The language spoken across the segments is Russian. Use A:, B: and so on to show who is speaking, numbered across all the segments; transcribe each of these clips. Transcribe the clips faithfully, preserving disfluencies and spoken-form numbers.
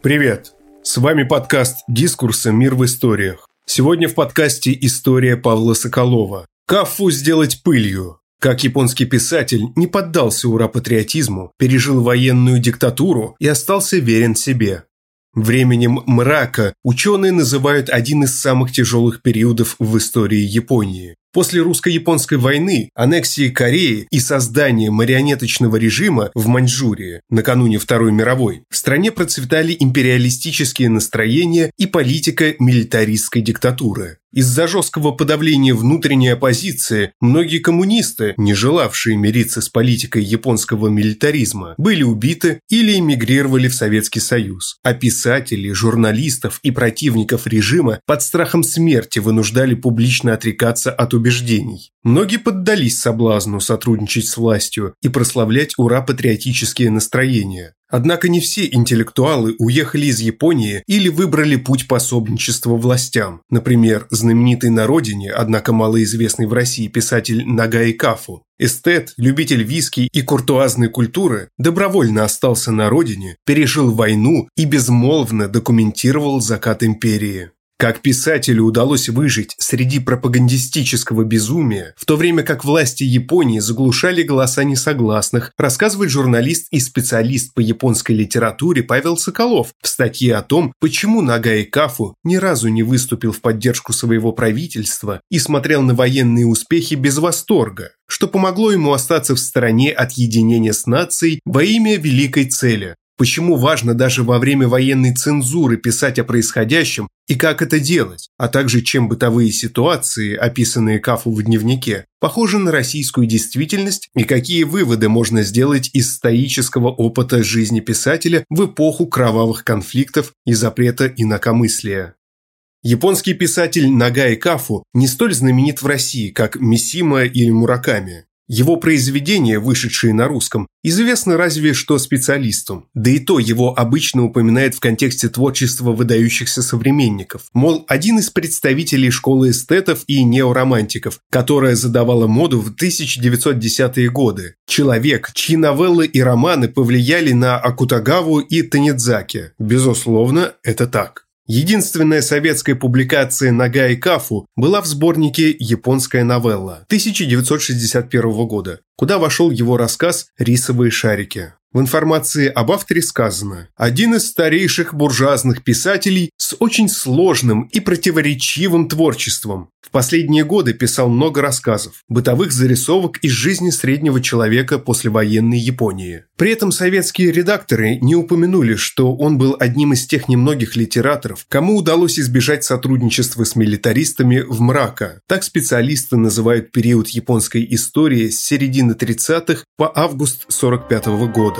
A: Привет! С вами подкаст «Дискурсы. Мир в историях». Сегодня в подкасте история Павла Соколова. «Кафу сделать пылью». Как японский писатель не поддался ура-патриотизму, пережил военную диктатуру и остался верен себе. Временем мрака ученые называют один из самых тяжелых периодов в истории Японии. После русско-японской войны, аннексии Кореи и создания марионеточного режима в Маньчжурии накануне Второй мировой, в стране процветали империалистические настроения и политика милитаристской диктатуры. Из-за жесткого подавления внутренней оппозиции многие коммунисты, не желавшие мириться с политикой японского милитаризма, были убиты или эмигрировали в Советский Союз, а писателей, журналистов и противников режима под страхом смерти вынуждали публично отрекаться от убеждений. Многие поддались соблазну сотрудничать с властью и прославлять ура-патриотические настроения. Однако не все интеллектуалы уехали из Японии или выбрали путь пособничества властям. Например, знаменитый на родине, однако малоизвестный в России писатель Нагаи Кафу, эстет, любитель виски и куртуазной культуры, добровольно остался на родине, пережил войну и безмолвно документировал закат империи. Как писателю удалось выжить среди пропагандистического безумия, в то время как власти Японии заглушали голоса несогласных, рассказывает журналист и специалист по японской литературе Павел Соколов в статье о том, почему Нагаи Кафу ни разу не выступил в поддержку своего правительства и смотрел на военные успехи без восторга, что помогло ему остаться в стороне от единения с нацией во имя великой цели. Почему важно даже во время военной цензуры писать о происходящем и как это делать, а также чем бытовые ситуации, описанные Кафу в дневнике, похожи на российскую действительность и какие выводы можно сделать из стоического опыта жизни писателя в эпоху кровавых конфликтов и запрета инакомыслия. Японский писатель Нагаи Кафу не столь знаменит в России, как Мисима или Мураками. Его произведения, вышедшие на русском, известны разве что специалистам, да и то его обычно упоминают в контексте творчества выдающихся современников. Мол, один из представителей школы эстетов и неоромантиков, которая задавала моду в тысяча девятьсот десятые годы. Человек, чьи новеллы и романы повлияли на Акутагаву и Танидзаки. Безусловно, это так. Единственная советская публикация Нагаи Кафу была в сборнике «Японская новелла» тысяча девятьсот шестьдесят первого года, куда вошел его рассказ «Рисовые шарики». В информации об авторе сказано: «Один из старейших буржуазных писателей с очень сложным и противоречивым творчеством. В последние годы писал много рассказов, бытовых зарисовок из жизни среднего человека послевоенной Японии. При этом советские редакторы не упомянули, что он был одним из тех немногих литераторов, кому удалось избежать сотрудничества с милитаристами в мрака. Так специалисты называют период японской истории с середины тридцатых по август сорок пятого года.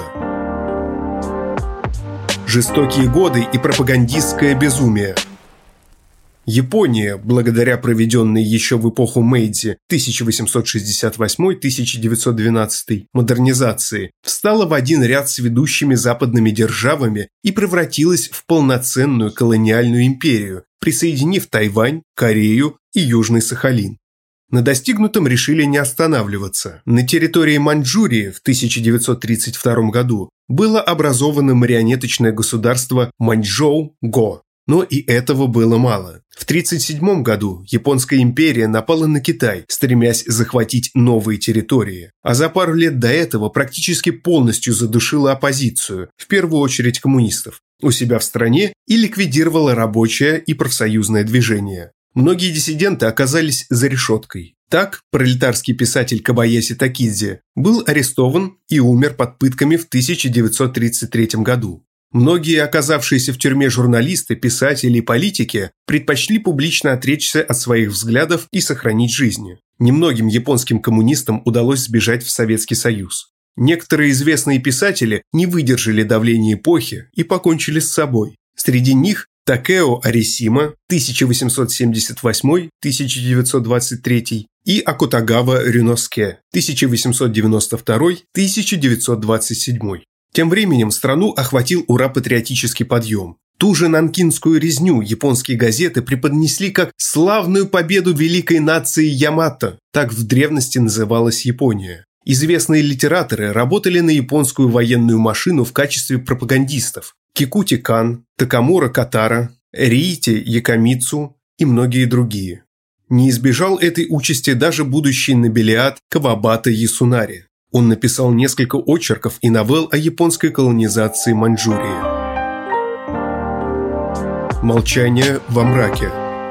A: Жестокие годы и пропагандистское безумие. Япония, благодаря проведенной еще в эпоху Мэйдзи тысяча восемьсот шестьдесят восьмой — тысяча девятьсот двенадцатый модернизации, встала в один ряд с ведущими западными державами и превратилась в полноценную колониальную империю, присоединив Тайвань, Корею и Южный Сахалин. На достигнутом решили не останавливаться. На территории Маньчжурии в тысяча девятьсот тридцать втором году было образовано марионеточное государство Маньчжоу-го. Но и этого было мало. В тридцать седьмом году Японская империя напала на Китай, стремясь захватить новые территории. А за пару лет до этого практически полностью задушила оппозицию, в первую очередь коммунистов, у себя в стране и ликвидировала рабочее и профсоюзное движение. Многие диссиденты оказались за решеткой. Так, пролетарский писатель Кобаяси Такидзе был арестован и умер под пытками в тысяча девятьсот тридцать третьем году. Многие оказавшиеся в тюрьме журналисты, писатели и политики предпочли публично отречься от своих взглядов и сохранить жизни. Немногим японским коммунистам удалось сбежать в Советский Союз. Некоторые известные писатели не выдержали давления эпохи и покончили с собой. Среди них Такео Арисима тысяча восемьсот семьдесят восьмой — тысяча девятьсот двадцать третий и Акутагава Рюноске тысяча восемьсот девяносто второй — тысяча девятьсот двадцать седьмой. Тем временем страну охватил ура-патриотический подъем. Ту же нанкинскую резню японские газеты преподнесли как «славную победу великой нации Ямато», так в древности называлась Япония. Известные литераторы работали на японскую военную машину в качестве пропагандистов. Кикути Кан, Такамура Катара, Риити Якомицу и многие другие. Не избежал этой участи даже будущий нобелиат Кавабата Ясунари. Он написал несколько очерков и новелл о японской колонизации Маньчжурии. Молчание во мраке.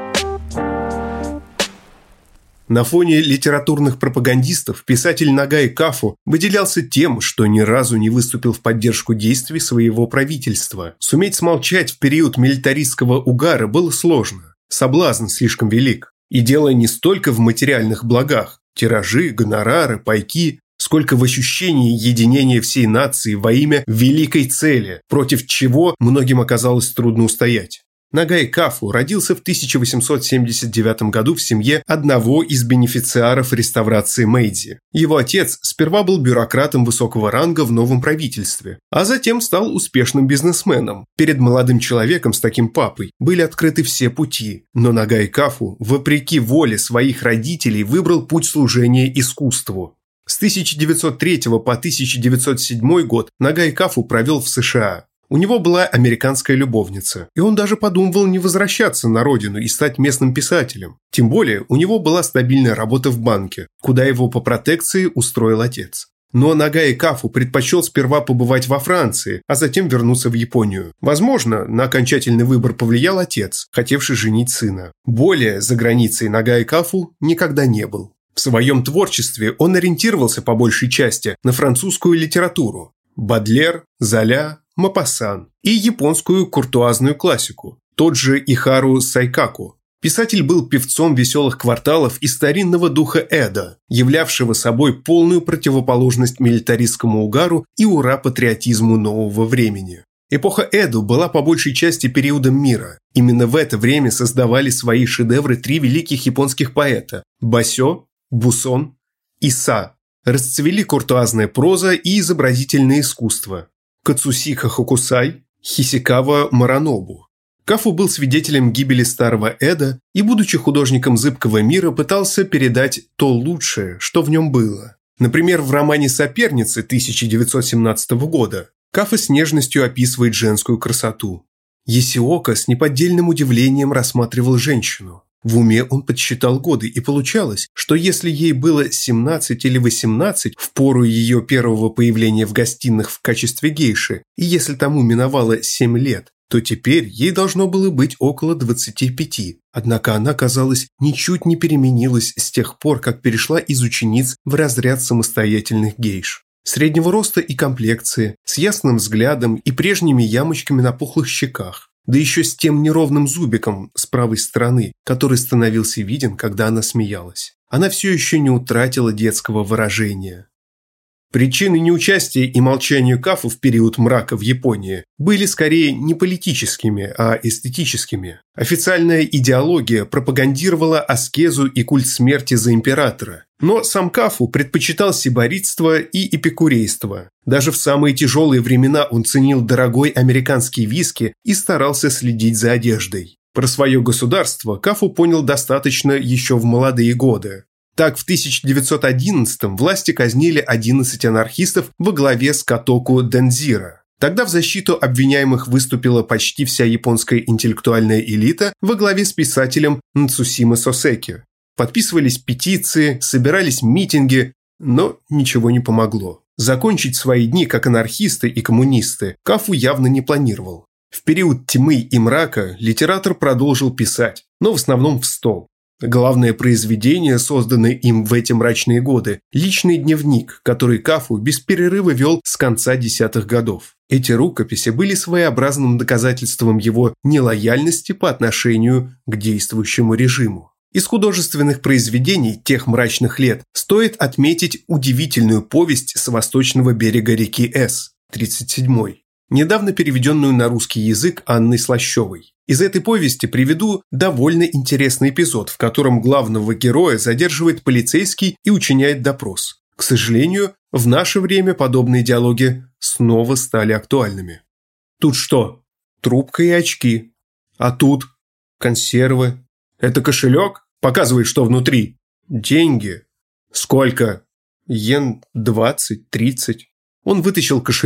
A: На фоне литературных пропагандистов писатель Нагаи Кафу выделялся тем, что ни разу не выступил в поддержку действий своего правительства. Суметь смолчать в период милитаристского угара было сложно. Соблазн слишком велик. И дело не столько в материальных благах – тиражи, гонорары, пайки – сколько в ощущении единения всей нации во имя великой цели, против чего многим оказалось трудно устоять. Нагаи Кафу родился в тысяча восемьсот семьдесят девятом году в семье одного из бенефициаров реставрации Мэйдзи. Его отец сперва был бюрократом высокого ранга в новом правительстве, а затем стал успешным бизнесменом. Перед молодым человеком с таким папой были открыты все пути, но Нагаи Кафу, вопреки воле своих родителей, выбрал путь служения искусству. С тысяча девятьсот третьего по тысяча девятьсот седьмой год Нагаи Кафу провел в США. У него была американская любовница, и он даже подумывал не возвращаться на родину и стать местным писателем. Тем более, у него была стабильная работа в банке, куда его по протекции устроил отец. Но Нагаи Кафу предпочел сперва побывать во Франции, а затем вернуться в Японию. Возможно, на окончательный выбор повлиял отец, хотевший женить сына. Более за границей Нагаи Кафу никогда не был. В своем творчестве он ориентировался по большей части на французскую литературу – Бодлер, Золя, Мопассан и японскую куртуазную классику, тот же Ихару Сайкаку. Писатель был певцом веселых кварталов и старинного духа Эдо, являвшего собой полную противоположность милитаристскому угару и ура-патриотизму нового времени. Эпоха Эдо была по большей части периодом мира. Именно в это время создавали свои шедевры три великих японских поэта – Басё, Бусон и Са. Расцвели куртуазная проза и изобразительное искусство. Кацусика Хокусай, Хисикава Моронобу. Кафу был свидетелем гибели старого Эдо и, будучи художником зыбкого мира, пытался передать то лучшее, что в нем было. Например, в романе «Соперницы» тысяча девятьсот семнадцатого года Кафу с нежностью описывает женскую красоту. Есиока с неподдельным удивлением рассматривал женщину. В уме он подсчитал годы, и получалось, что если ей было семнадцать или восемнадцать в пору ее первого появления в гостиных в качестве гейши, и если тому миновало семь лет, то теперь ей должно было быть около двадцати пяти. Однако она, казалось, ничуть не переменилась с тех пор, как перешла из учениц в разряд самостоятельных гейш. Среднего роста и комплекции, с ясным взглядом и прежними ямочками на пухлых щеках. Да еще с тем неровным зубиком с правой стороны, который становился виден, когда она смеялась. Она все еще не утратила детского выражения. Причины неучастия и молчания Кафу в период мрака в Японии были скорее не политическими, а эстетическими. Официальная идеология пропагандировала аскезу и культ смерти за императора. Но сам Кафу предпочитал сибаритство и эпикурейство. Даже в самые тяжелые времена он ценил дорогой американский виски и старался следить за одеждой. Про свое государство Кафу понял достаточно еще в молодые годы. Так, в тысяча девятьсот одиннадцатом власти казнили одиннадцать анархистов во главе с Катоку Дензиро. Тогда в защиту обвиняемых выступила почти вся японская интеллектуальная элита во главе с писателем Нацусима Сосеки. Подписывались петиции, собирались митинги, но ничего не помогло. Закончить свои дни как анархисты и коммунисты Кафу явно не планировал. В период тьмы и мрака литератор продолжил писать, но в основном в стол. Главное произведение, созданное им в эти мрачные годы – личный дневник, который Кафу без перерыва вел с конца десятых годов. Эти рукописи были своеобразным доказательством его нелояльности по отношению к действующему режиму. Из художественных произведений тех мрачных лет стоит отметить удивительную повесть с восточного берега реки С, тридцать седьмой, недавно переведенную на русский язык Анной Слащевой. Из этой повести приведу довольно интересный эпизод, в котором главного героя задерживает полицейский и учиняет допрос. К сожалению, в наше время подобные диалоги снова стали актуальными. Тут что? Трубка и очки. А тут? Консервы. Это кошелек? Показывай, что внутри. Деньги. Сколько? Йен двадцать-тридцать. Он вытащил кошелек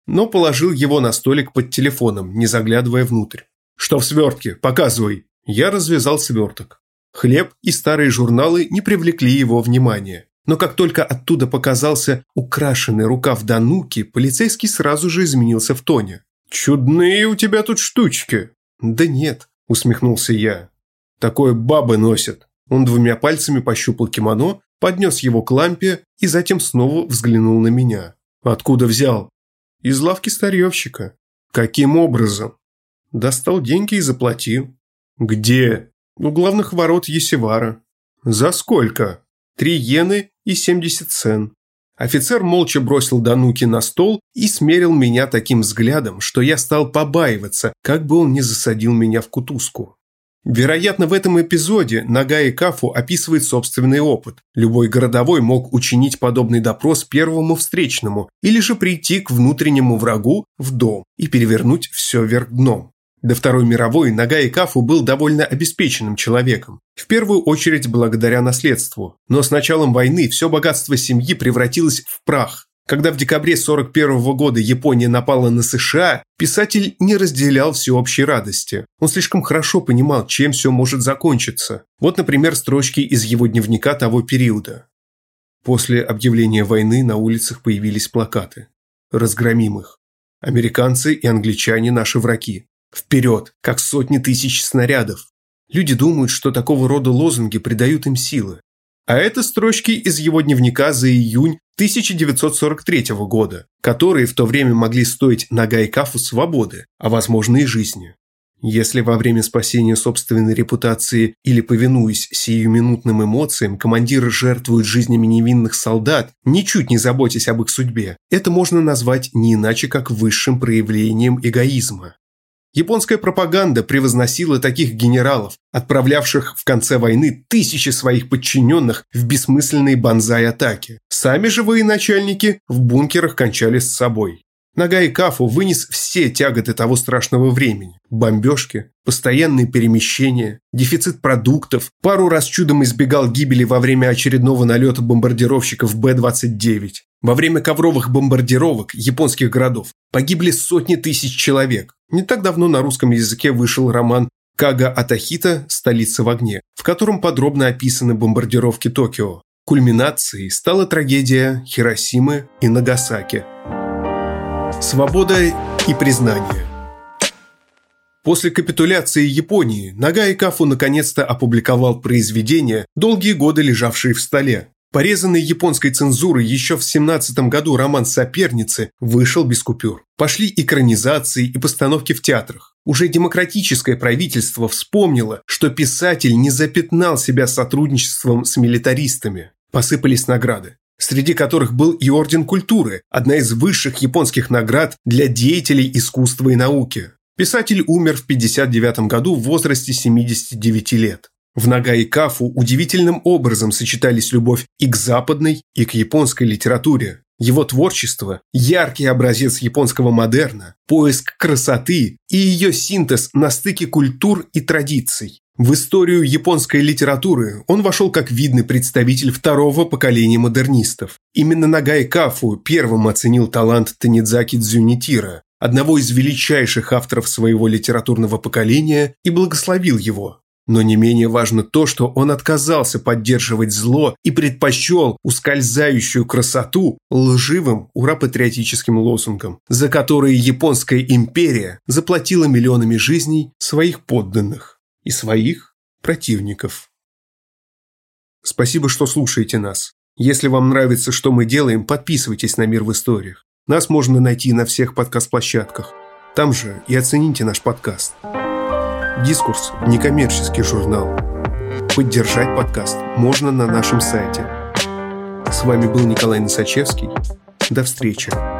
A: но положил его на столик под телефоном, не заглядывая внутрь. «Что в свертке? Показывай!» Я развязал сверток. Хлеб и старые журналы не привлекли его внимания. Но как только оттуда показался украшенный рукав Дануки, полицейский сразу же изменился в тоне. «Чудные у тебя тут штучки!» «Да нет», – усмехнулся я. «Такое бабы носят». Он двумя пальцами пощупал кимоно, поднес его к лампе и затем снова взглянул на меня. «Откуда взял?» «Из лавки старьевщика». «Каким образом?» «Достал деньги и заплатил». «Где?» «У главных ворот Есивара». «За сколько?» «Три йены и семьдесят сен». Офицер молча бросил Дануки на стол и смерил меня таким взглядом, что я стал побаиваться, как бы он не засадил меня в кутузку. Вероятно, в этом эпизоде Нагаи Кафу описывает собственный опыт. Любой городовой мог учинить подобный допрос первому встречному или же прийти к внутреннему врагу в дом и перевернуть все вверх дном. До Второй мировой Нагаи Кафу был довольно обеспеченным человеком, в первую очередь благодаря наследству. Но с началом войны все богатство семьи превратилось в прах. Когда в декабре сорок первого года Япония напала на США, писатель не разделял всеобщей радости. Он слишком хорошо понимал, чем все может закончиться. Вот, например, строчки из его дневника того периода. После объявления войны на улицах появились плакаты. «Разгромим их. Американцы и англичане – наши враги. Вперед, как сотни тысяч снарядов. Люди думают, что такого рода лозунги придают им силы. А это строчки из его дневника за июнь тысяча девятьсот сорок третьего года, которые в то время могли стоить Нагаи Кафу свободы, а возможно и жизни. Если во время спасения собственной репутации или повинуясь сиюминутным эмоциям командиры жертвуют жизнями невинных солдат, ничуть не заботясь об их судьбе, это можно назвать не иначе, как высшим проявлением эгоизма. Японская пропаганда превозносила таких генералов, отправлявших в конце войны тысячи своих подчиненных в бессмысленные банзай-атаки. Сами же военачальники в бункерах кончали с собой. Нагаи Кафу вынес все тяготы того страшного времени. Бомбежки, постоянные перемещения, дефицит продуктов, пару раз чудом избегал гибели во время очередного налета бомбардировщиков Бэ двадцать девять. Во время ковровых бомбардировок японских городов погибли сотни тысяч человек. Не так давно на русском языке вышел роман Кага Атахита «Столица в огне», в котором подробно описаны бомбардировки Токио. Кульминацией стала трагедия Хиросимы и Нагасаки. Свобода и признание. После капитуляции Японии Нагаи Кафу наконец-то опубликовал произведения, долгие годы лежавшие в столе. Порезанный японской цензурой еще в семнадцатом году роман «Соперницы» вышел без купюр. Пошли экранизации и постановки в театрах. Уже демократическое правительство вспомнило, что писатель не запятнал себя сотрудничеством с милитаристами. Посыпались награды, среди которых был и Орден культуры, одна из высших японских наград для деятелей искусства и науки. Писатель умер в пятьдесят девятом году в возрасте семидесяти девяти лет. В Нагаи Кафу удивительным образом сочетались любовь и к западной, и к японской литературе. Его творчество – яркий образец японского модерна, поиск красоты и ее синтез на стыке культур и традиций. В историю японской литературы он вошел как видный представитель второго поколения модернистов. Именно Нагаи Кафу первым оценил талант Танидзаки Дзюнитира, одного из величайших авторов своего литературного поколения, и благословил его. Но не менее важно то, что он отказался поддерживать зло и предпочел ускользающую красоту лживым ура-патриотическим лозунгам, за которые японская империя заплатила миллионами жизней своих подданных и своих противников. Спасибо, что слушаете нас. Если вам нравится, что мы делаем, подписывайтесь на «Мир в историях». Нас можно найти на всех подкаст-площадках. Там же и оцените наш подкаст. «Дискурс» – некоммерческий журнал. Поддержать подкаст можно на нашем сайте. С вами был Николай Носачевский. До встречи.